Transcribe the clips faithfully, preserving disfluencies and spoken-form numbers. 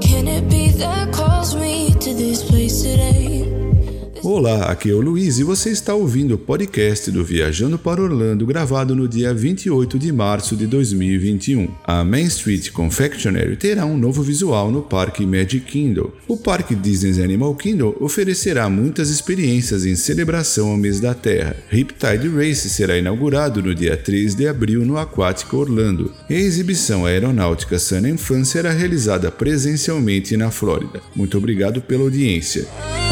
Can it be that calls me to this place today? Olá, aqui é o Luiz e você está ouvindo o podcast do Viajando para Orlando, gravado no dia vinte e oito de março de dois mil e vinte e um. A Main Street Confectionery terá um novo visual no Parque Magic Kingdom. O Parque Disney's Animal Kingdom oferecerá muitas experiências em celebração ao mês da Terra. Riptide Race será inaugurado no dia três de abril no Aquática Orlando. E a exibição aeronáutica Sun and Fun será realizada presencialmente na Flórida. Muito obrigado pela audiência.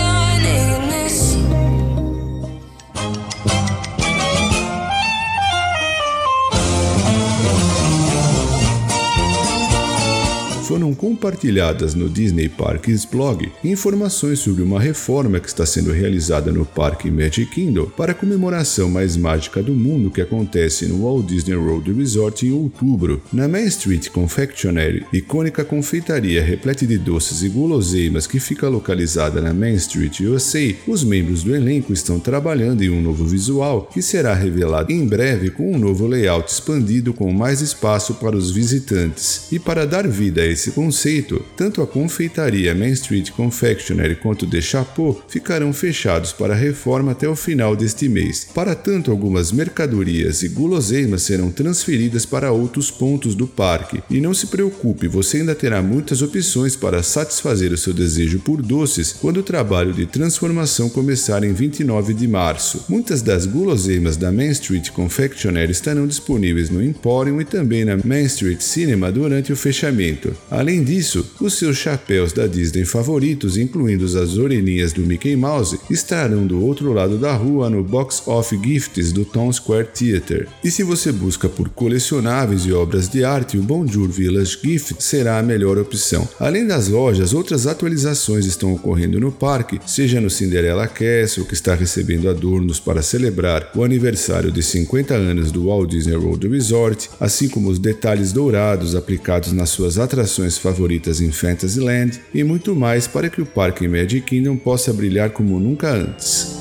Foram compartilhadas no Disney Parks Blog informações sobre uma reforma que está sendo realizada no Parque Magic Kingdom para a comemoração mais mágica do mundo que acontece no Walt Disney World Resort em outubro. Na Main Street Confectionery, icônica confeitaria repleta de doces e guloseimas que fica localizada na Main Street U S A, os membros do elenco estão trabalhando em um novo visual que será revelado em breve com um novo layout expandido com mais espaço para os visitantes. E para dar vida a esse Esse conceito, tanto a confeitaria Main Street Confectionery quanto The Chapeau ficarão fechados para a reforma até o final deste mês. Para tanto, algumas mercadorias e guloseimas serão transferidas para outros pontos do parque. E não se preocupe, você ainda terá muitas opções para satisfazer o seu desejo por doces quando o trabalho de transformação começar em vinte e nove de março. Muitas das guloseimas da Main Street Confectionery estarão disponíveis no Emporium e também na Main Street Cinema durante o fechamento. Além disso, os seus chapéus da Disney favoritos, incluindo as orelhinhas do Mickey Mouse, estarão do outro lado da rua no Box of Gifts do Town Square Theater. E se você busca por colecionáveis e obras de arte, o Bonjour Village Gift será a melhor opção. Além das lojas, outras atualizações estão ocorrendo no parque, seja no Cinderella Castle, que está recebendo adornos para celebrar o aniversário de cinquenta anos do Walt Disney World Resort, assim como os detalhes dourados aplicados nas suas atrações favoritas em Fantasyland e muito mais para que o Parque Magic Kingdom possa brilhar como nunca antes.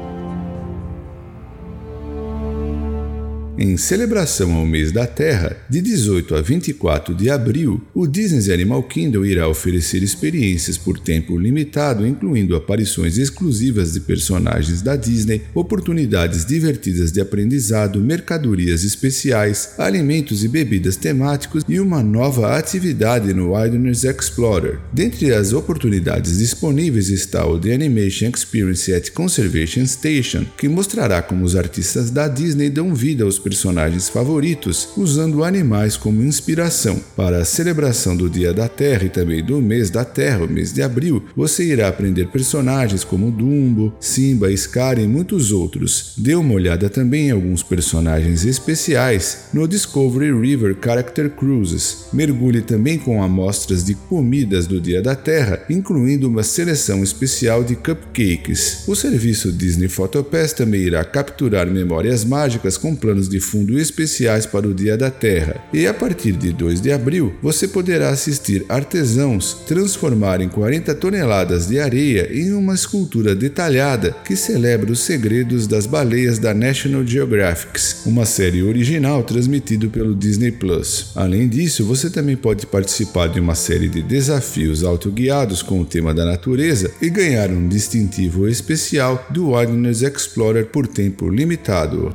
Em celebração ao mês da Terra, de dezoito a vinte e quatro de abril, o Disney's Animal Kingdom irá oferecer experiências por tempo limitado, incluindo aparições exclusivas de personagens da Disney, oportunidades divertidas de aprendizado, mercadorias especiais, alimentos e bebidas temáticos e uma nova atividade no Wilderness Explorer. Dentre as oportunidades disponíveis está o The Animation Experience at Conservation Station, que mostrará como os artistas da Disney dão vida aos personagens favoritos, usando animais como inspiração. Para a celebração do Dia da Terra e também do mês da Terra, o mês de abril, você irá aprender personagens como Dumbo, Simba, Scar e muitos outros. Dê uma olhada também em alguns personagens especiais no Discovery River Character Cruises. Mergulhe também com amostras de comidas do Dia da Terra, incluindo uma seleção especial de cupcakes. O serviço Disney Photopass também irá capturar memórias mágicas com planos de fundo especiais para o Dia da Terra. E a partir de dois de abril, você poderá assistir artesãos transformarem quarenta toneladas de areia em uma escultura detalhada que celebra os segredos das baleias da National Geographic, uma série original transmitida pelo Disney Plus. Além disso, você também pode participar de uma série de desafios autoguiados com o tema da natureza e ganhar um distintivo especial do Wilderness Explorer por tempo limitado.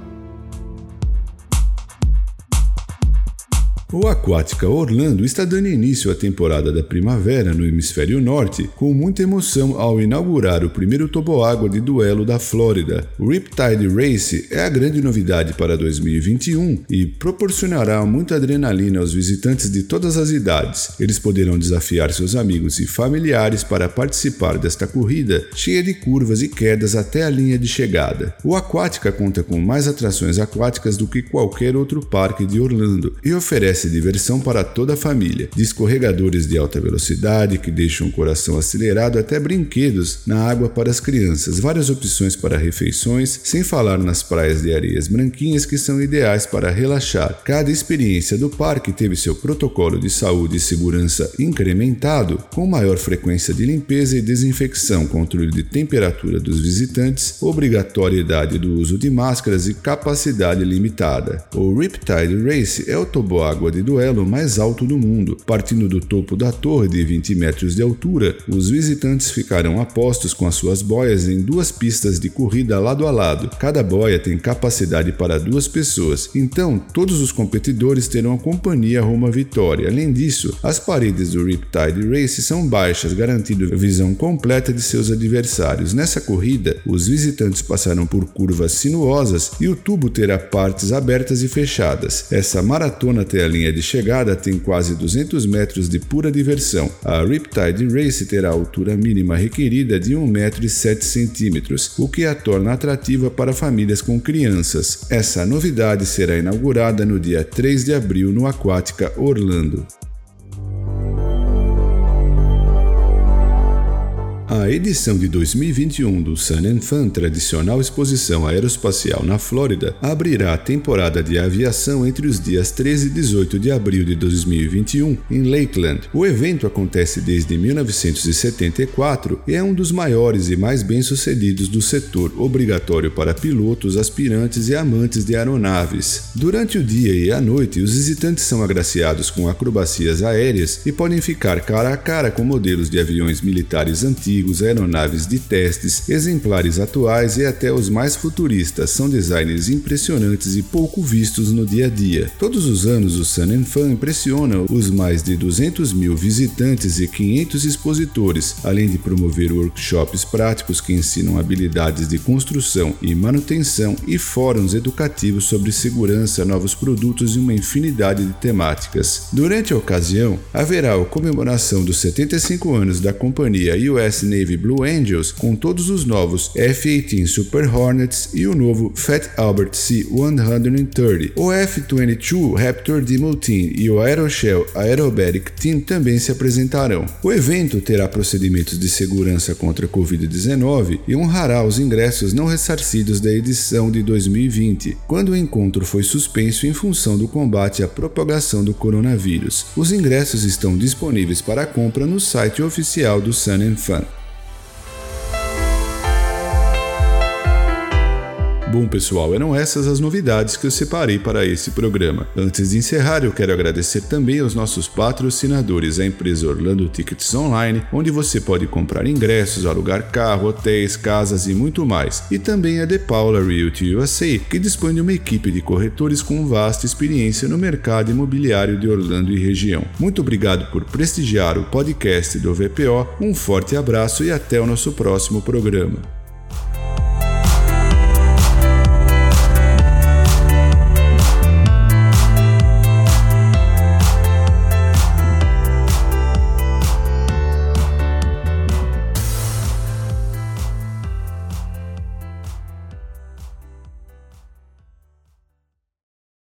O Aquática Orlando está dando início à temporada da primavera no hemisfério norte, com muita emoção ao inaugurar o primeiro toboágua de duelo da Flórida. O Riptide Race é a grande novidade para dois mil e vinte e um e proporcionará muita adrenalina aos visitantes de todas as idades. Eles poderão desafiar seus amigos e familiares para participar desta corrida, cheia de curvas e quedas até a linha de chegada. O Aquática conta com mais atrações aquáticas do que qualquer outro parque de Orlando e oferece diversão para toda a família, de escorregadores de alta velocidade que deixam o coração acelerado até brinquedos na água para as crianças, várias opções para refeições, sem falar nas praias de areias branquinhas que são ideais para relaxar. Cada experiência do parque teve seu protocolo de saúde e segurança incrementado, com maior frequência de limpeza e desinfecção, controle de temperatura dos visitantes, obrigatoriedade do uso de máscaras e capacidade limitada. O Riptide Race é o toboágua de duelo mais alto do mundo. Partindo do topo da torre de vinte metros de altura, os visitantes ficarão a postos com as suas boias em duas pistas de corrida lado a lado. Cada boia tem capacidade para duas pessoas, então todos os competidores terão a companhia rumo à vitória. Além disso, as paredes do Riptide Race são baixas, garantindo a visão completa de seus adversários. Nessa corrida, os visitantes passarão por curvas sinuosas e o tubo terá partes abertas e fechadas. Essa maratona até a linha de chegada tem quase duzentos metros de pura diversão. A Riptide Race terá a altura mínima requerida de um metro e sete centímetros, o que a torna atrativa para famílias com crianças. Essa novidade será inaugurada no dia três de abril no Aquática Orlando. A edição de dois mil e vinte e um do Sun and Fun, tradicional exposição aeroespacial na Flórida, abrirá a temporada de aviação entre os dias treze e dezoito de abril de dois mil e vinte e um em Lakeland. O evento acontece desde mil novecentos e setenta e quatro e é um dos maiores e mais bem-sucedidos do setor, obrigatório para pilotos, aspirantes e amantes de aeronaves. Durante o dia e a noite, os visitantes são agraciados com acrobacias aéreas e podem ficar cara a cara com modelos de aviões militares antigos, aeronaves de testes, exemplares atuais e até os mais futuristas. São designs impressionantes e pouco vistos no dia a dia. Todos os anos o Sun and Fun impressiona os mais de duzentos mil visitantes e quinhentos expositores, além de promover workshops práticos que ensinam habilidades de construção e manutenção e fóruns educativos sobre segurança, novos produtos e uma infinidade de temáticas. Durante a ocasião, haverá a comemoração dos setenta e cinco anos da companhia U S Navy Blue Angels, com todos os novos F dezoito Super Hornets e o novo Fat Albert C cento e trinta. O F vinte e dois Raptor Demo Team e o Aeroshell Aerobatic Team também se apresentarão. O evento terá procedimentos de segurança contra a covid dezenove e honrará os ingressos não ressarcidos da edição de dois mil e vinte, quando o encontro foi suspenso em função do combate à propagação do coronavírus. Os ingressos estão disponíveis para compra no site oficial do Sun and Fun. Bom, pessoal, eram essas as novidades que eu separei para esse programa. Antes de encerrar, eu quero agradecer também aos nossos patrocinadores, a empresa Orlando Tickets Online, onde você pode comprar ingressos, alugar carro, hotéis, casas e muito mais. E também a The Paula Realty U S A, que dispõe de uma equipe de corretores com vasta experiência no mercado imobiliário de Orlando e região. Muito obrigado por prestigiar o podcast do V P O, um forte abraço e até o nosso próximo programa.